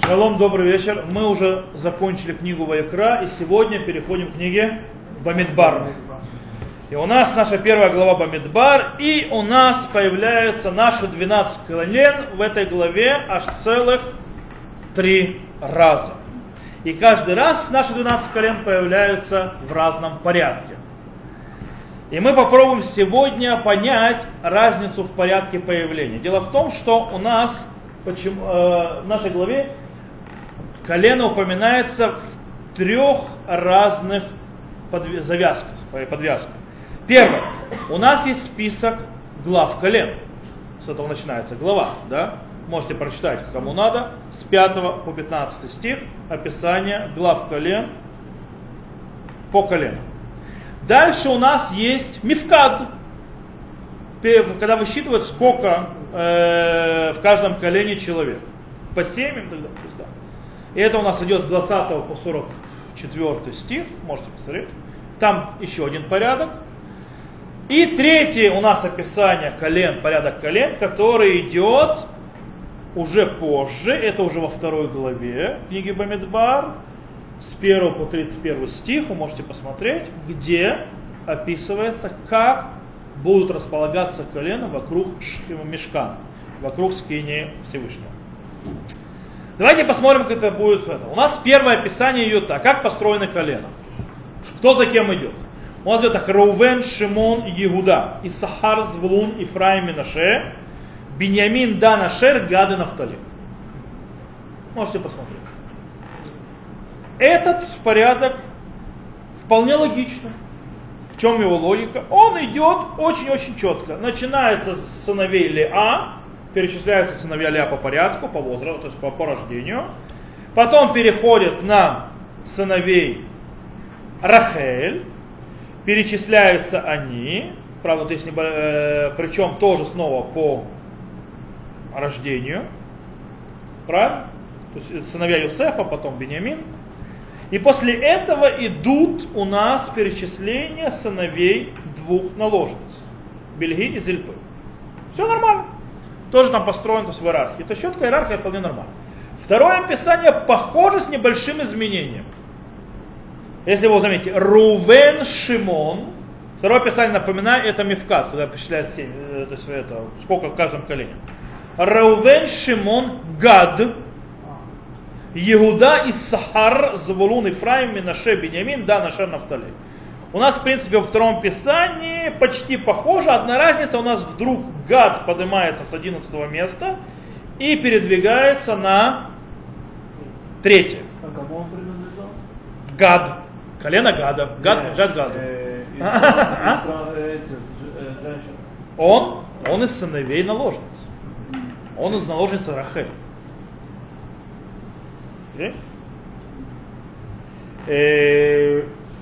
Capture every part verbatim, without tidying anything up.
Шалом, добрый вечер. Мы уже закончили книгу Ваикра и сегодня переходим к книге Бамидбар. И у нас наша первая глава Бамидбар, и у нас появляются наши двенадцать колен в этой главе аж целых три раза. И каждый раз наши двенадцать колен появляются в разном порядке. И мы попробуем сегодня понять разницу в порядке появления. Дело в том, что у нас почему, э, в нашей главе колено упоминается в трех разных подвя- завязках, подвязках. Первое. У нас есть список глав колен. С этого начинается глава. Да? Можете прочитать, кому надо. С пятого по пятнадцатый стих. Описание глав колен по колену. Дальше у нас есть мифкад. Когда высчитывают, сколько э, в каждом колене человек. По семьям тогда. Да. И это у нас идет с двадцатого по сорок четвёртый стих. Можете посмотреть. Там еще один порядок. И третье у нас описание колен, порядок колен, который идет уже позже. Это уже во второй главе книги Бамидбар. С первого по тридцать первый стих вы можете посмотреть, где описывается, как будут располагаться колена вокруг мишкана, вокруг скинии Всевышнего. Давайте посмотрим, как это будет. У нас первое описание идет так, как построены колена. Кто за кем идет? У нас идет так: Рувен, Шимон, Иуда, Исахар, Звулун, Ифраим, Минаше, Биньямин, Дан, Ашер, Гад и Нафтали. Можете посмотреть. Этот порядок вполне логичный. В чем его логика? Он идет очень-очень четко. Начинается с сыновей Леа, перечисляются сыновья Леа по порядку, по возрасту, то есть по, по рождению. Потом переходит на сыновей Рахель, перечисляются они, правда, то есть, э, причем тоже снова по рождению. Правильно? То есть сыновья Йосефа, потом Биньямин. И после этого идут у нас перечисления сыновей двух наложниц. Бельги и Зильпы. Все нормально. Тоже там построено, то есть в иерархии. То есть четкая иерархия вполне нормально. Второе описание похоже с небольшим изменением. Если вы заметите, Рувен, Шимон. Второе описание, напоминаю, это мифкат, когда перечисляют семь, то есть это, сколько в каждом колене. Рувен, Шимон, Гад. Иуда, Иссахар, Звулун, Ифраим, Минаше, Биньямин, Дан, Ашер, Нафтали. У нас, в принципе, во втором писании почти похоже. Одна разница, у нас вдруг Гад поднимается с одиннадцатого места и передвигается на третье. А кому он принадлежал? Гад. Колено Гада. Гад принадлежит Гаду. Он, он из сыновей наложниц. Он из наложницы Рахель. Okay. Э,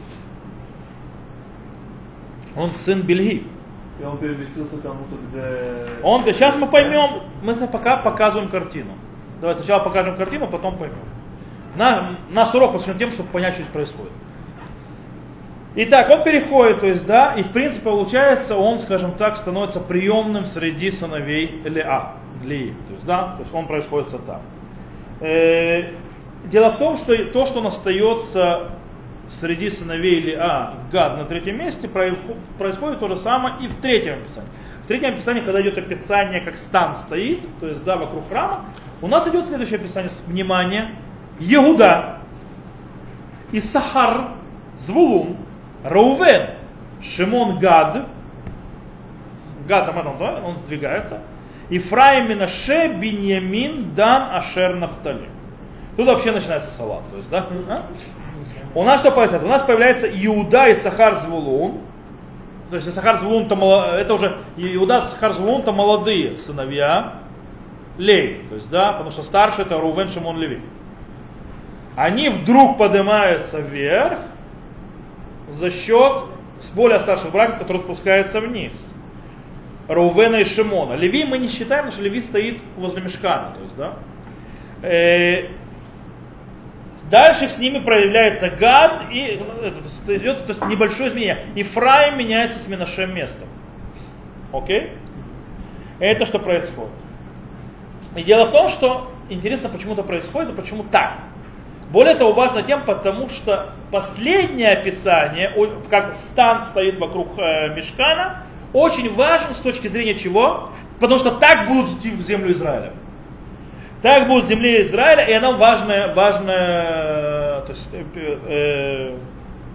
он сын Бельги. И он переместился кому-то, где... Он, сейчас мы поймем, мы пока показываем картину. Давайте сначала покажем картину, потом поймем. На, наш урок посвящен тем, чтобы понять, что здесь происходит. Итак, он переходит, то есть, да, и в принципе получается, он, скажем так, становится приемным среди сыновей Леа, Лии. То есть, да, то есть он происходит так. Э, Дело в том, что то, что он остается среди сыновей Леа, Гад на третьем месте, происходит то же самое и в третьем описании. В третьем описании, когда идет описание, как стан стоит, то есть да, вокруг храма, у нас идет следующее описание. Внимание. Иуда, Иссахар, Звулун, Рувен, Шимон, Гад. Гад, там он, да, он сдвигается. Ифраим, Минаше, Биньямин, Дан, Ашер, Нафтали. Тут вообще начинается салат. То есть, да? А? У нас что происходит? У нас появляется Иуда и Сахар Звулун. То есть Сахар Звулун это уже Иуда и Сахар Звулун это молодые сыновья Леви. То есть, да, потому что старший это Рувен, Шимон, Леви. Они вдруг поднимаются вверх за счет с более старших братьев, которые спускаются вниз. Рувена и Шимона. Леви мы не считаем, потому что Леви стоит возле мишкана. То есть, да? Э, Дальше с ними проявляется Гад, и это, идет то есть, небольшое изменение. Ифраим меняется с Минаше местом. Окей? Это что происходит. И дело в том, что интересно, почему это происходит и почему так. Более того, важно тем, потому что последнее описание, как стан стоит вокруг э, мишкана, очень важен с точки зрения чего? Потому что так будут идти в землю Израиля. Так будет в земле Израиля, и она важная, важная, то есть, э, э,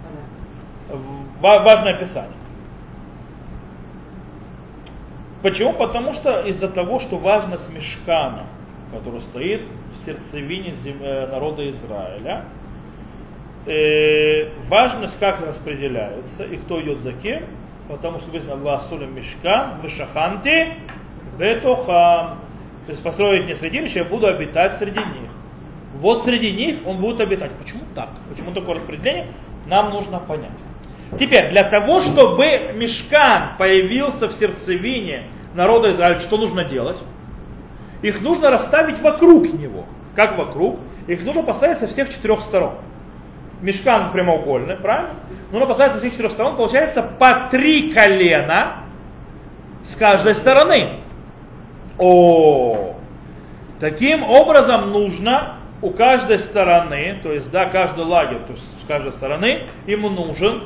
важное описание. Почему? Потому что из-за того, что важность мишкана, который стоит в сердцевине народа Израиля, э, важность как распределяется и кто идет за кем, потому что написано «Ваасулем мишкан вешаханти бетохам». То есть построить мне святилище, я буду обитать среди них. Вот среди них он будет обитать. Почему так? Почему такое распределение? Нам нужно понять. Теперь, для того, чтобы мишкан появился в сердцевине народа Израиля, что нужно делать? Их нужно расставить вокруг него. Как вокруг? Их нужно поставить со всех четырех сторон. Мишкан прямоугольный, правильно? Нужно поставить со всех четырех сторон. Получается по три колена с каждой стороны. О, таким образом нужно у каждой стороны, то есть, да, каждый лагерь, то есть с каждой стороны, ему нужен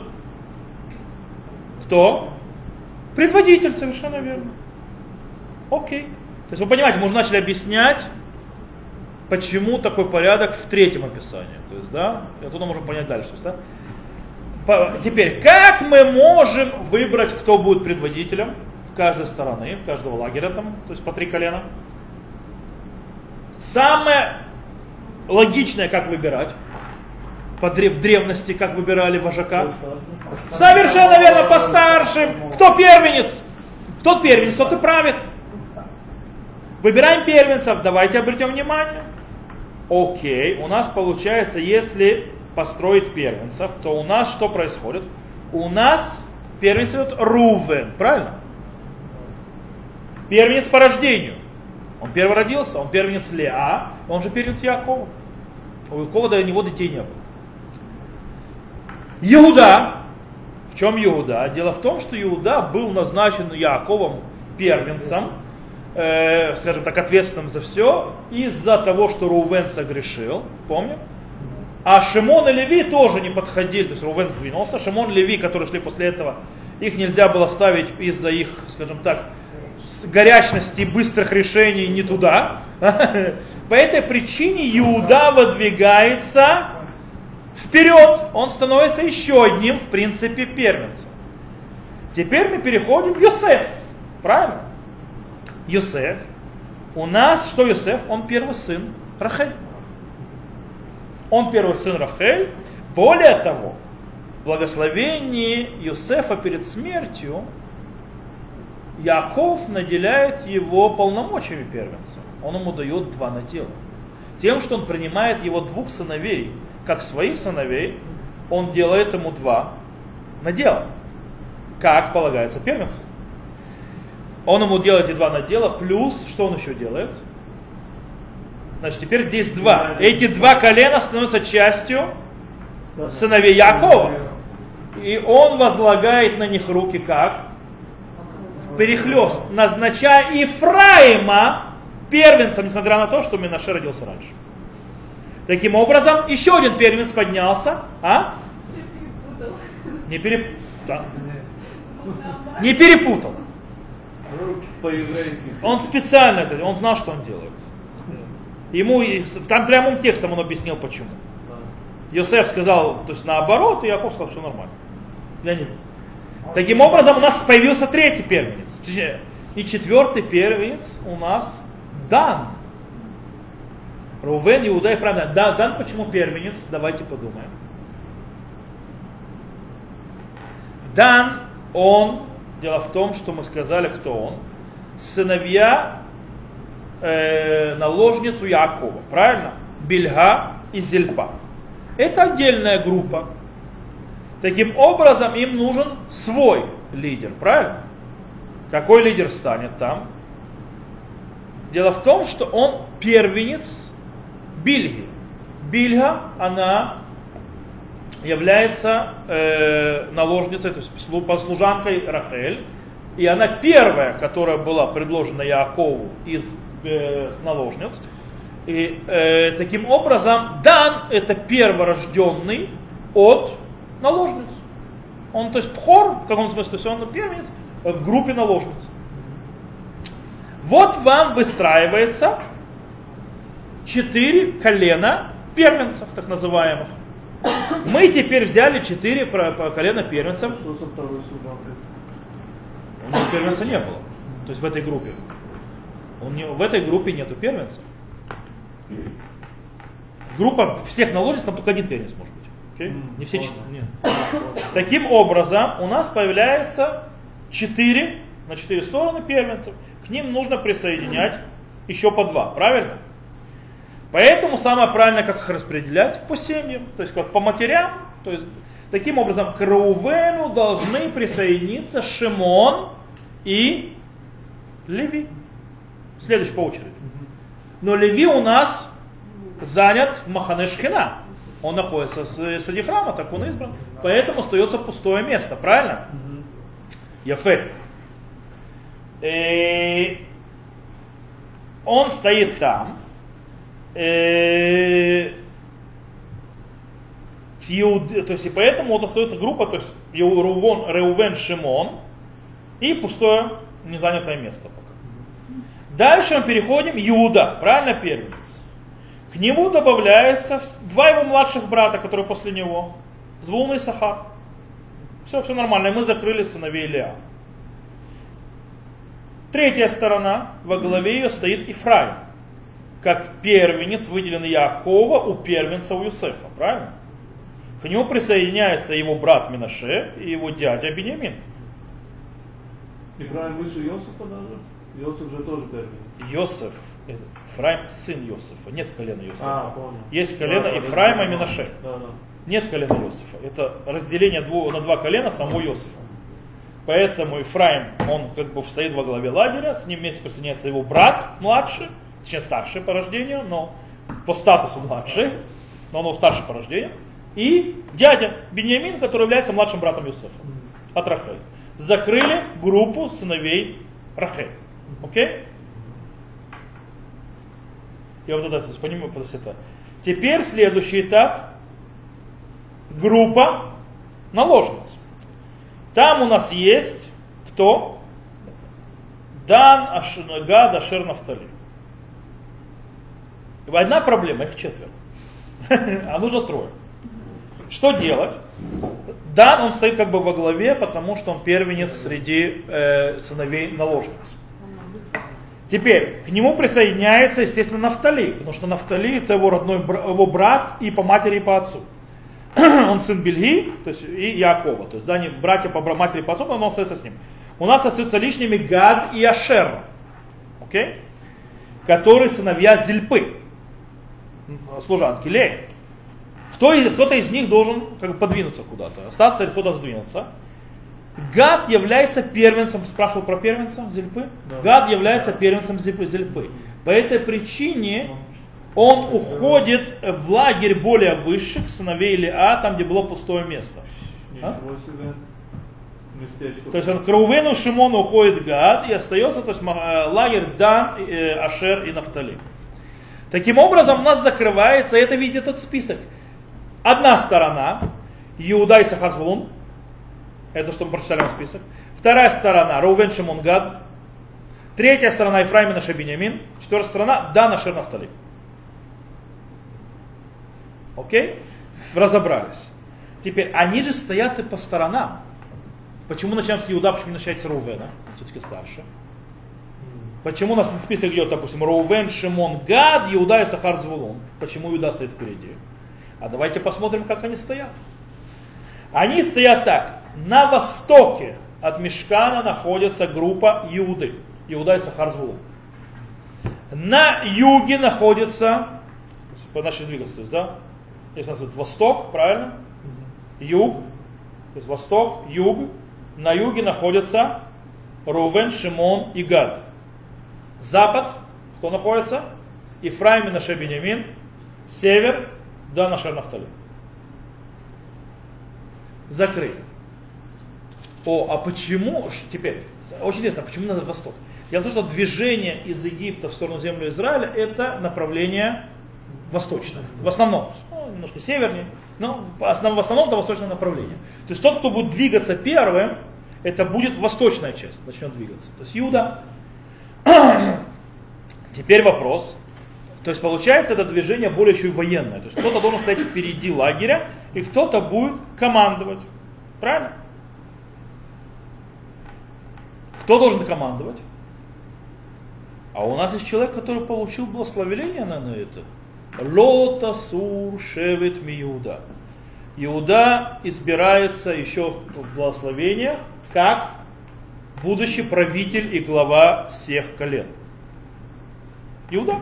кто? Предводитель, совершенно верно. Окей. То есть вы понимаете, мы уже начали объяснять, почему такой порядок в третьем описании. То есть, да, и оттуда можем понять дальше. Да? Теперь, как мы можем выбрать, кто будет предводителем в каждой стороны, в каждого лагеря там, то есть по три колена? Самое логичное, как выбирать, в древности, как выбирали вожака. Совершенно верно, по старшим. Кто первенец? Кто первенец, тот и правит. Выбираем первенцев, давайте обратим внимание. Окей, у нас получается, если построить первенцев, то у нас что происходит? У нас первенец идет Рувен, правильно? Первенец по рождению. Он первый родился, он первенец Леа, он же первенец Якова. У Якова до него детей не было. Иуда. В чем Иуда? Дело в том, что Иуда был назначен Яковом первенцем, э, скажем так, ответственным за все, из-за того, что Рувен согрешил, помним? А Шимон и Леви тоже не подходили, то есть Рувен сдвинулся, Шимон и Леви, которые шли после этого, их нельзя было ставить из-за их, скажем так, горячности и быстрых решений не туда. По этой причине Иуда выдвигается вперед, он становится еще одним, в принципе, первенцем. Теперь мы переходим к Йосеф, правильно? Йосеф. У нас, что Йосеф? Он первый сын Рахель. Он первый сын Рахель. Более того, в благословении Йосефа перед смертью Яков наделяет его полномочиями первенца. Он ему дает два надела. Тем, что он принимает его двух сыновей, как своих сыновей, он делает ему два надела, как полагается первенцу. Он ему делает эти два надела, плюс, что он еще делает? Значит, теперь здесь два. Эти два колена становятся частью сыновей Якова. И он возлагает на них руки как? В перехлест, назначая Ифраима первенцем, несмотря на то, что Менаше родился раньше. Таким образом, еще один первенец поднялся, а? Не перепутал. Да. Не перепутал. Он специально это, он знал, что он делает. Ему, там прямым текстом он объяснил, почему. Йосеф сказал, то есть наоборот, и Яков сказал, что нормально. Для него. Таким образом, у нас появился третий первенец. И четвертый первенец у нас Дан. Рувен, Иуда и Ефраим. Да, Дан почему первенец? Давайте подумаем. Дан, он, дело в том, что мы сказали, кто он. Сыновья э, наложницу Якова, правильно? Бильга и Зильпа. Это отдельная группа. Таким образом, им нужен свой лидер, правильно? Какой лидер станет там? Дело в том, что он первенец Бильги. Бильга, она является э, наложницей, то есть послужанкой Рахель. И она первая, которая была предложена Яакову из э, с наложниц. И э, таким образом Дан это перворожденный от наложниц. Он, то есть пхор, в каком смысле, то есть он первенец в группе наложниц. Вот вам выстраивается четыре колена первенцев, так называемых. Мы теперь взяли четыре колена первенцев. Что со второй субботы? У него первенца не было. То есть в этой группе. Он не, в этой группе нету первенца. Группа всех наложниц, там только один первенец может быть. Okay? Mm, не все четыре. Нет. Таким образом, у нас появляется четыре на четыре стороны первенцев. К ним нужно присоединять еще по два. Правильно? Поэтому самое правильное, как их распределять, по семьям, то есть как по матерям. То есть, таким образом, к Реувену должны присоединиться Шимон и Леви. Следующий по очереди. Но Леви у нас занят в Махане Шхина. Он находится среди храма, так он избран. Поэтому остается пустое место, правильно? Яфе. И он стоит там. И то есть и поэтому вот остается группа, то есть Реувен, Реувен, Шимон и пустое незанятое место пока. Дальше мы переходим Иуда, правильно, первенец. К нему добавляется два его младших брата, которые после него, Звулун и Исахар. Все, все нормально, мы закрыли сыновей Леа. Третья сторона, во главе ее стоит Ифраим, как первенец, выделенный Яакова у первенца у Юсефа, правильно? К нему присоединяется его брат Минаше и его дядя Беньямин. Ифраим выше Йосифа даже? Йосиф же тоже первенец. Йосиф, Ифраим сын Йосифа, нет колена Йосифа. А, понял. Есть колено да, Ифраима да, и Минаше. Да, да. Нет колена Йосифа. Это разделение дву, на два колена самого Йосифа. Поэтому Ифраим, он как бы стоит во главе лагеря, с ним вместе присоединяется его брат младший, точнее старший по рождению, но по статусу младший, но он старший по рождению, и дядя Беньямин, который является младшим братом Юсефа от Рахель. Закрыли группу сыновей Рахель. Окей? Я вот это понимаю, это. Теперь следующий этап. Группа наложниц. Там у нас есть кто? Дан, Аш... Гад, Ашер, Нафтали. Одна проблема, их четверо. А нужно трое. Что делать? Дан, он стоит как бы во главе, потому что он первенец среди э, сыновей наложниц. Теперь, к нему присоединяется, естественно, Нафтали, потому что Нафтали это его родной его брат и по матери, и по отцу. Он сын Бельги, то есть и Яакова, то есть да, они братья по матери и по отцу, но он остается с ним. У нас остаются лишними Гад и Ашер, okay? Которые сыновья Зильпы, служанки Леи. Кто, кто-то из них должен как бы подвинуться куда-то, остаться или кто-то сдвинуться. Гад является первенцем, спрашивал про первенца Зильпы. Да. Гад является первенцем Зильпы. По этой причине он уходит в лагерь более высших сыновей Леа, там где было пустое место. А? То есть он к Реувену, Шимону уходит Гад и остается, то есть лагерь Дан, Ашер и Нафтали. Таким образом у нас закрывается, это видите тот список. Одна сторона, Иуда и Исахар Звулун. Это что мы прочитали в список. Вторая сторона, Реувен, Шимон, Гад. Третья сторона, Ифраим, Минаше, Беньямин. Четвертая сторона, Дан, Ашер, Нафтали. Окей? Разобрались. Теперь, они же стоят и по сторонам. Почему начинаем с Иуда, почему не начинается с Реувена? Он все-таки старше. Почему у нас на список идет, допустим, Реувен, Шимон, Гад, Иуда и Исахар, Звулун? Почему Иуда стоит впереди? А давайте посмотрим, как они стоят. Они стоят так. На востоке от Мишкана находится группа Иуды. Иуда и Исахар, Звулун. На юге находится, начали двигаться, то есть, да? Здесь у нас вот восток, правильно? Юг. То есть восток, юг. На юге находится Реувен, Шимон и Гад. Запад, кто находится? Ифраим, Минаше, Беньямин. Север, Дан, Ашер, Нафтали. Закрыли. О, а почему, теперь, очень интересно, почему на восток? Дело в том, что движение из Египта в сторону земли Израиля это направление восточное. В основном. Ну, немножко севернее. Но в основном это восточное направление. То есть тот, кто будет двигаться первым, это будет восточная часть, начнет двигаться. То есть Иуда. Теперь вопрос. То есть получается это движение более еще и военное. То есть кто-то должен стоять впереди лагеря, и кто-то будет командовать. Правильно? Кто должен командовать? А у нас есть человек, который получил благословение на это. Лота сур шевет ми Иуда. Иуда избирается еще в благословениях как будущий правитель и глава всех колен. Иуда.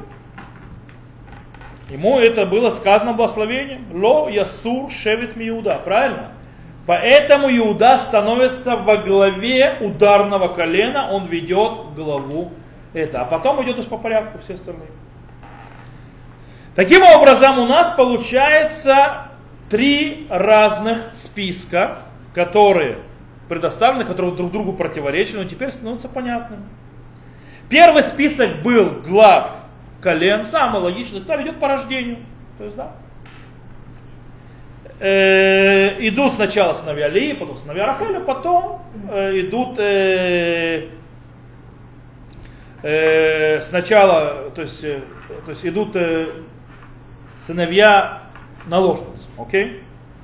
Ему это было сказано благословением. Ло ясур шевет ми Иуда. Правильно? Поэтому Иуда становится во главе ударного колена. Он ведет главу это. А потом идет по порядку все остальные. Таким образом, у нас получается три разных списка, которые предоставлены, которые друг другу противоречат, но теперь становятся понятными. Первый список был глав колен, самый логичный, кто идет по рождению. То есть, да. э, идут сначала сыновья Лии, потом сыновья Рахеля, потом э, идут э, э, сначала, то есть, э, то есть идут э, сыновья наложниц, окей?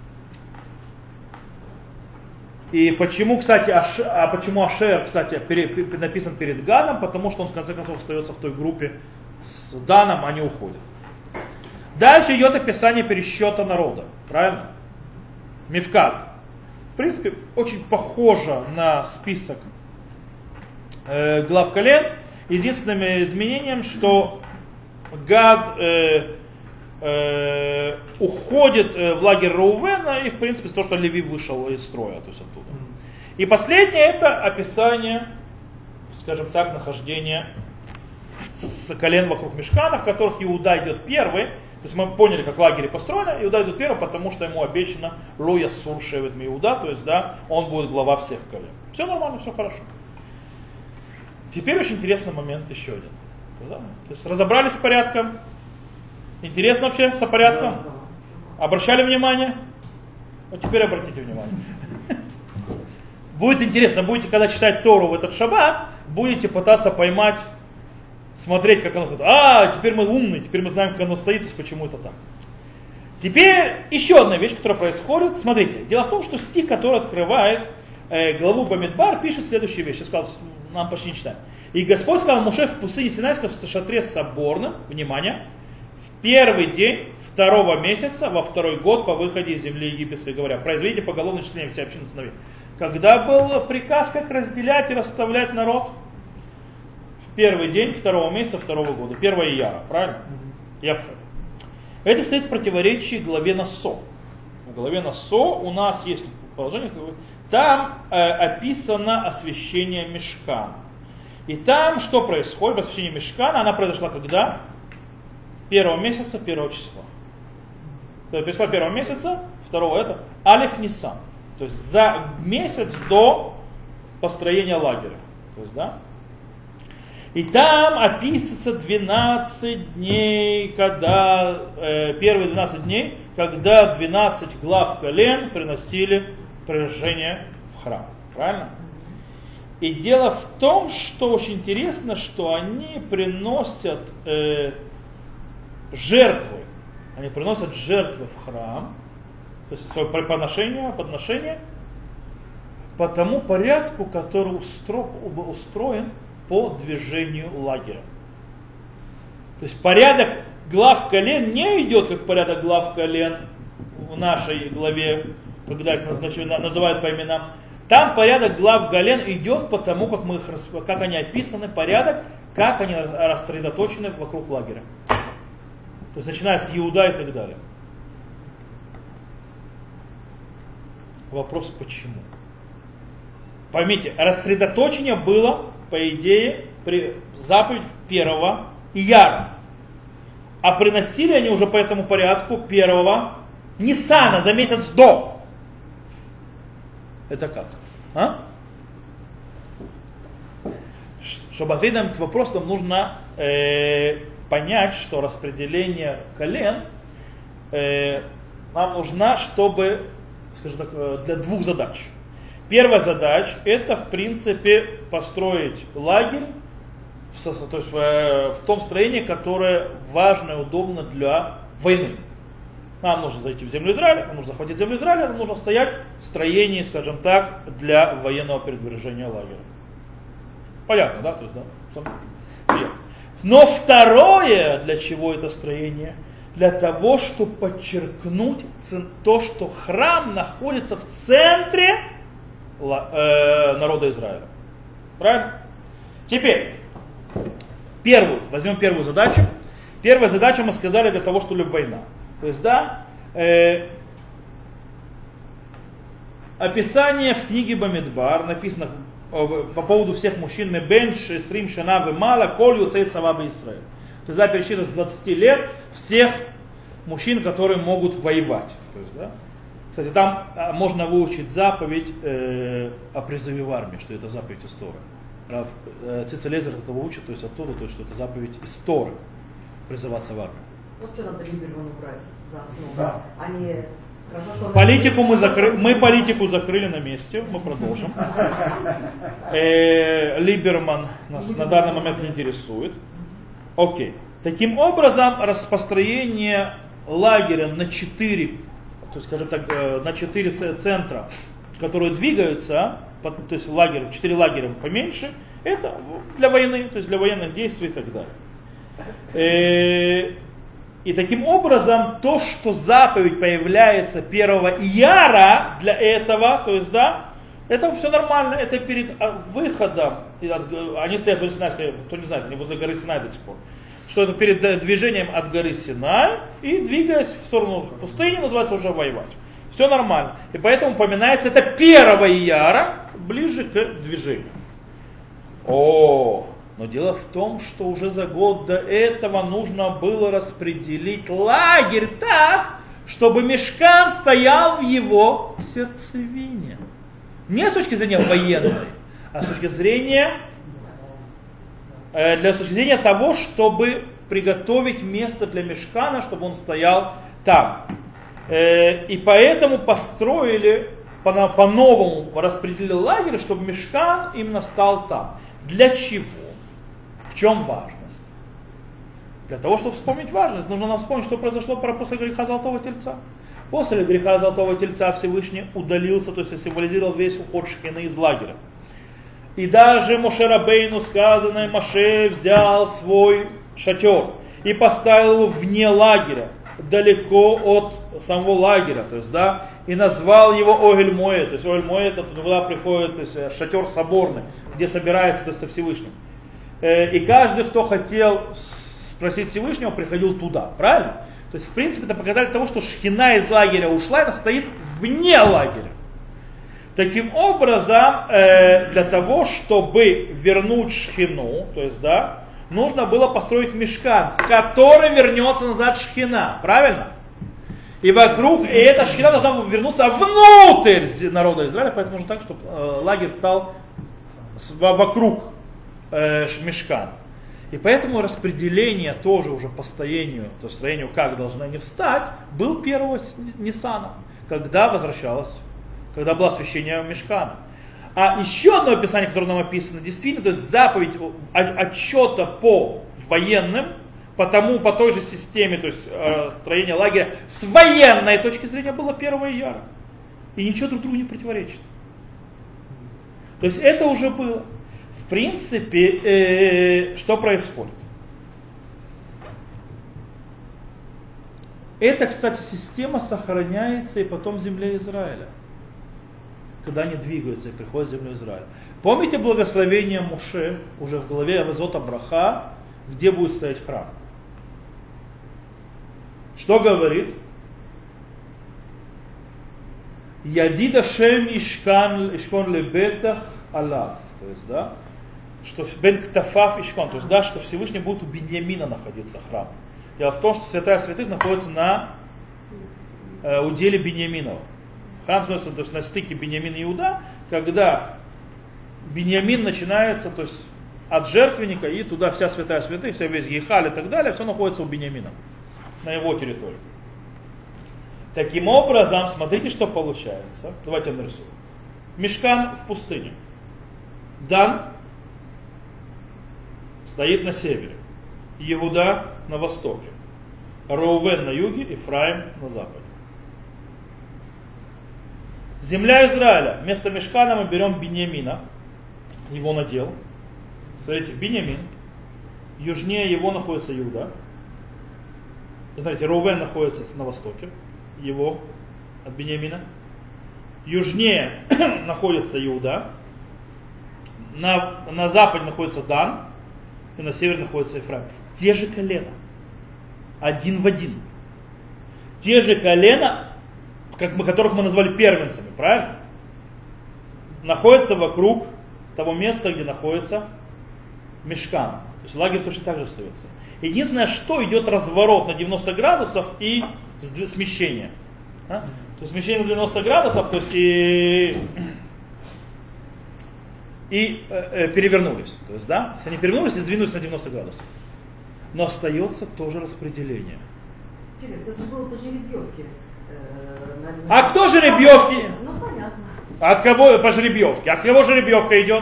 И почему, кстати, Аш, а почему Ашер, кстати, пере, пере, написан перед Гадом? Потому что он в конце концов остается в той группе с Даном, они уходят. Дальше идет описание пересчета народа, правильно? Мифкат. В принципе, очень похоже на список э, глав колен. Единственным изменением, что Гад э, э, уходит в лагерь Реувена и, в принципе, то, что Леви вышел из строя, то есть оттуда. И последнее это описание, скажем так, нахождения с колен вокруг мишкана, в которых Иуда идет первый. То есть мы поняли, как лагерь построено, Иуда идет первый, потому что ему обещано Ло ясур шевет ми Иуда, то есть да, он будет глава всех колен. Все нормально, все хорошо. Теперь очень интересный момент еще один. Да? То есть разобрались с порядком. Интересно вообще со порядком? Обращали внимание? Вот теперь обратите внимание. Будет интересно, будете, когда читать Тору в этот шаббат, будете пытаться поймать, смотреть, как оно ходит. А, теперь мы умные, теперь мы знаем, как оно стоит и почему это так. Теперь еще одна вещь, которая происходит. Смотрите, дело в том, что стих, который открывает э, главу Бамидбар, пишет следующую вещь. Я сказал, нам почти не читаем. И Господь сказал Моше в пустыне Синайской в шатре соборном, внимание, в первый день второго месяца, во второй год по выходе из земли египетской, говоря, произведите поголовное числение всей общины сыновей. Когда был приказ, как разделять и расставлять народ? В первый день второго месяца второго года, первое Ияра, правильно? Яфе. Это стоит в противоречии главе Насо. В главе Насо у нас есть положение, там э, описано освящение мишкана. И там что происходит? Освящение мишкана, она произошла когда? Первого месяца, первого числа. То есть пришла первого месяца, второго это Алиф Нисан. То есть за месяц до построения лагеря. То есть, да? И там описывается двенадцать дней, когда, э, первые двенадцать дней, когда двенадцать глав колен приносили приношение в храм. Правильно? И дело в том, что очень интересно, что они приносят э, жертвы. Они приносят жертвы в храм, то есть свое подношение, подношение, по тому порядку, который устро, устроен по движению лагеря. То есть порядок глав колен не идет, как порядок глав колен в нашей главе, когда их называют по именам. Там порядок глав колен идет по тому, как, мы их, как они описаны, порядок, как они рассредоточены вокруг лагеря. То есть начиная с Иуда и так далее. Вопрос почему? Поймите, рассредоточение было, по идее, при заповедь первого Ияра. А приносили они уже по этому порядку первого Ниссана за месяц до. Это как? А? Чтобы ответить на этот вопрос, нам нужно э, понять, что распределение колен э, нам нужно, чтобы, скажем так, для двух задач. Первая задача – это, в принципе, построить лагерь в, то есть в, в том строении, которое важно и удобно для войны. Нам нужно зайти в землю Израиля, нам нужно захватить землю Израиля, нам нужно стоять в строении, скажем так, для военного передвижения лагеря. Понятно, да? То есть, да? Ясно. Но второе, для чего это строение? Для того, чтобы подчеркнуть то, что храм находится в центре э, народа Израиля. Правильно? Теперь, первую, возьмем первую задачу. Первая задача, мы сказали, для того, чтобы война. То есть, да, э, описание в книге Бамидбар написано по поводу всех мужчин, «Мебен шесрим шана вемала, коль юцей цава б'Исраэль». То есть, да, перечислено с двадцати лет всех мужчин, которые могут воевать. То есть, да. Кстати, там можно выучить заповедь э, о призыве в армию, что это заповедь из Торы. Рав э, Цицель Эзер этого учит, то есть оттуда, то есть, что это заповедь из Торы, призываться в армию. Вот что надо Либерману брать за основу. Да. Они... Хорошо, что Политику мы закрыли, мы политику закрыли на месте, мы продолжим. Э, Либерман нас на данный момент не интересует. Окей. Таким образом, распостроение лагеря на четыре, то есть, скажем так, на четыре центра, которые двигаются, то есть лагерь, четыре лагеря поменьше, это для войны, то есть для военных действий и так далее. И таким образом, то, что заповедь появляется первого ияра для этого, то есть, да, это все нормально, это перед выходом, они стоят возле Синай, кто не знает, они возле горы Синай до сих пор, что это перед движением от горы Синай и двигаясь в сторону пустыни, называется уже воевать. Все нормально. И поэтому упоминается это первого ияра, ближе к движению. О, но дело в том, что уже за год до этого нужно было распределить лагерь так, чтобы мишкан стоял в его сердцевине. Не с точки зрения военной, а с точки зрения, э, для с точки зрения того, чтобы приготовить место для мишкана, чтобы он стоял там. Э, и поэтому построили, по- по-новому распределили лагерь, чтобы мишкан именно стал там. Для чего? В чем важность? Для того, чтобы вспомнить важность, нужно нам вспомнить, что произошло после греха Золотого Тельца. После греха Золотого Тельца Всевышний удалился, то есть символизировал весь уход Шхины из лагеря. И даже Моше Рабейну сказано, Моше взял свой шатер и поставил его вне лагеря, далеко от самого лагеря, то есть, да, и назвал его Огель Моэ, то есть Огель Моэ это туда приходит, то есть шатер соборный, где собирается, то есть со Всевышним. И каждый, кто хотел спросить Всевышнего, приходил туда, правильно? То есть, в принципе, это показатель того, что Шхина из лагеря ушла, она стоит вне лагеря. Таким образом, для того, чтобы вернуть Шхину, то есть, да, нужно было построить мишкан, в который вернется назад Шхина, правильно? И вокруг, и эта Шхина должна вернуться внутрь народа Израиля, поэтому нужно так, чтобы лагерь стал вокруг мишкана. И поэтому распределение тоже уже по стоянию, то строению, как должны они встать, был первого Ниссана, когда возвращалось, когда было освящение мишкана. А еще одно описание, которое нам описано, действительно, то есть заповедь отчета по военным, по тому, по той же системе, то есть э, строения лагеря, с военной точки зрения было первого ияра. И ничего друг другу не противоречит. То есть это уже было. В принципе, э, что происходит? Эта, кстати, система сохраняется и потом в земле Израиля, когда они двигаются и приходят в землю Израиля. Помните благословение Моше уже в главе Авезота Браха, где будет стоять храм? Что говорит? Ядида шем ишкан ишкон лебетах алав. То есть, да, что бен ктафав ишкон, то есть, да, что Всевышний будет у Биньямина находиться храм. Дело в том, что святая святых находится на э, уделе Биньяминова. Храм становится, то есть, на стыке Биньямина и Иуда, когда Биньямин начинается, то есть от жертвенника, и туда вся святая святых, вся весь Гейхаль и так далее, все находится у Биньямина, на его территории. Таким образом, смотрите, что получается. Давайте я нарисую. Мишкан в пустыне. Дан стоит на севере. Иуда на востоке. Реувен на юге, Ефраим на западе. Земля Израиля. Вместо Мишкана мы берем Биньямина. Его надел. Смотрите, Биньямин. Южнее его находится Иуда. Смотрите, Реувен находится на востоке. Его от Биньямина. Южнее находится Иуда. На, на западе находится Дан. И на севере находится Ефраим. Те же колена. Один в один. Те же колена, как мы, которых мы назвали первенцами, правильно? Находятся вокруг того места, где находится Мишкан. То есть лагерь точно так же остается. Единственное, что идет разворот на девяносто градусов и смещение. А? То есть смещение на девяносто градусов, то есть и, и э, перевернулись. То есть, да? Если они перевернулись и сдвинулись на девяносто градусов. Но остается тоже распределение. Интересно, это же было по жеребьевке. Э, а кто жеребьевки? Ну, понятно. От кого по жеребьевке? От кого жеребьевка идет?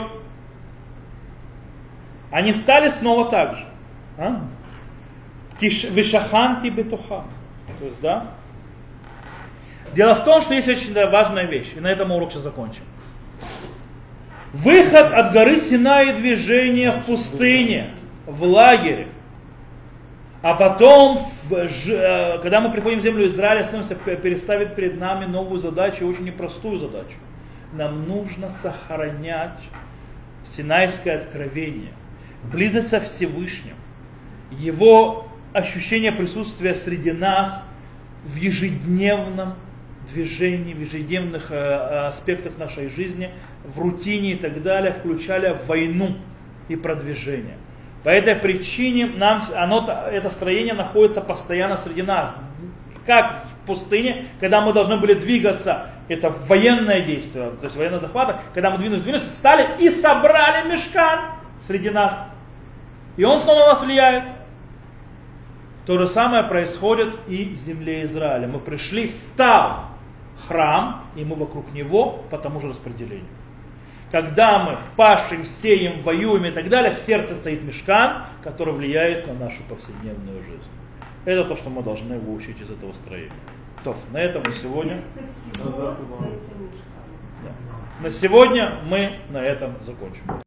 Они стали снова так же. А? Вишаханти бетуха. То есть, да? Дело в том, что есть очень важная вещь, и на этом мы урок сейчас закончим. Выход от горы Синай, движение в пустыне, в лагере. А потом, когда мы приходим в землю Израиля, становится переставит перед нами новую задачу, очень непростую задачу. Нам нужно сохранять Синайское откровение, близость со Всевышним, его ощущение присутствия среди нас в ежедневном движении, в ежедневных аспектах нашей жизни, в рутине и так далее, включая войну и продвижение. По этой причине нам, оно, это строение находится постоянно среди нас. Как в пустыне, когда мы должны были двигаться, это военное действие, то есть военный захват, когда мы двинулись, двинулись, встали и собрали Мишкан среди нас. И он снова на нас влияет. То же самое происходит и в земле Израиля. Мы пришли, стал храм, и мы вокруг него по тому же распределению. Когда мы пашем, сеем, воюем и так далее, в сердце стоит Мишкан, который влияет на нашу повседневную жизнь. Это то, что мы должны выучить из этого строения. То, на этом мы сегодня... На сегодня мы на этом закончим.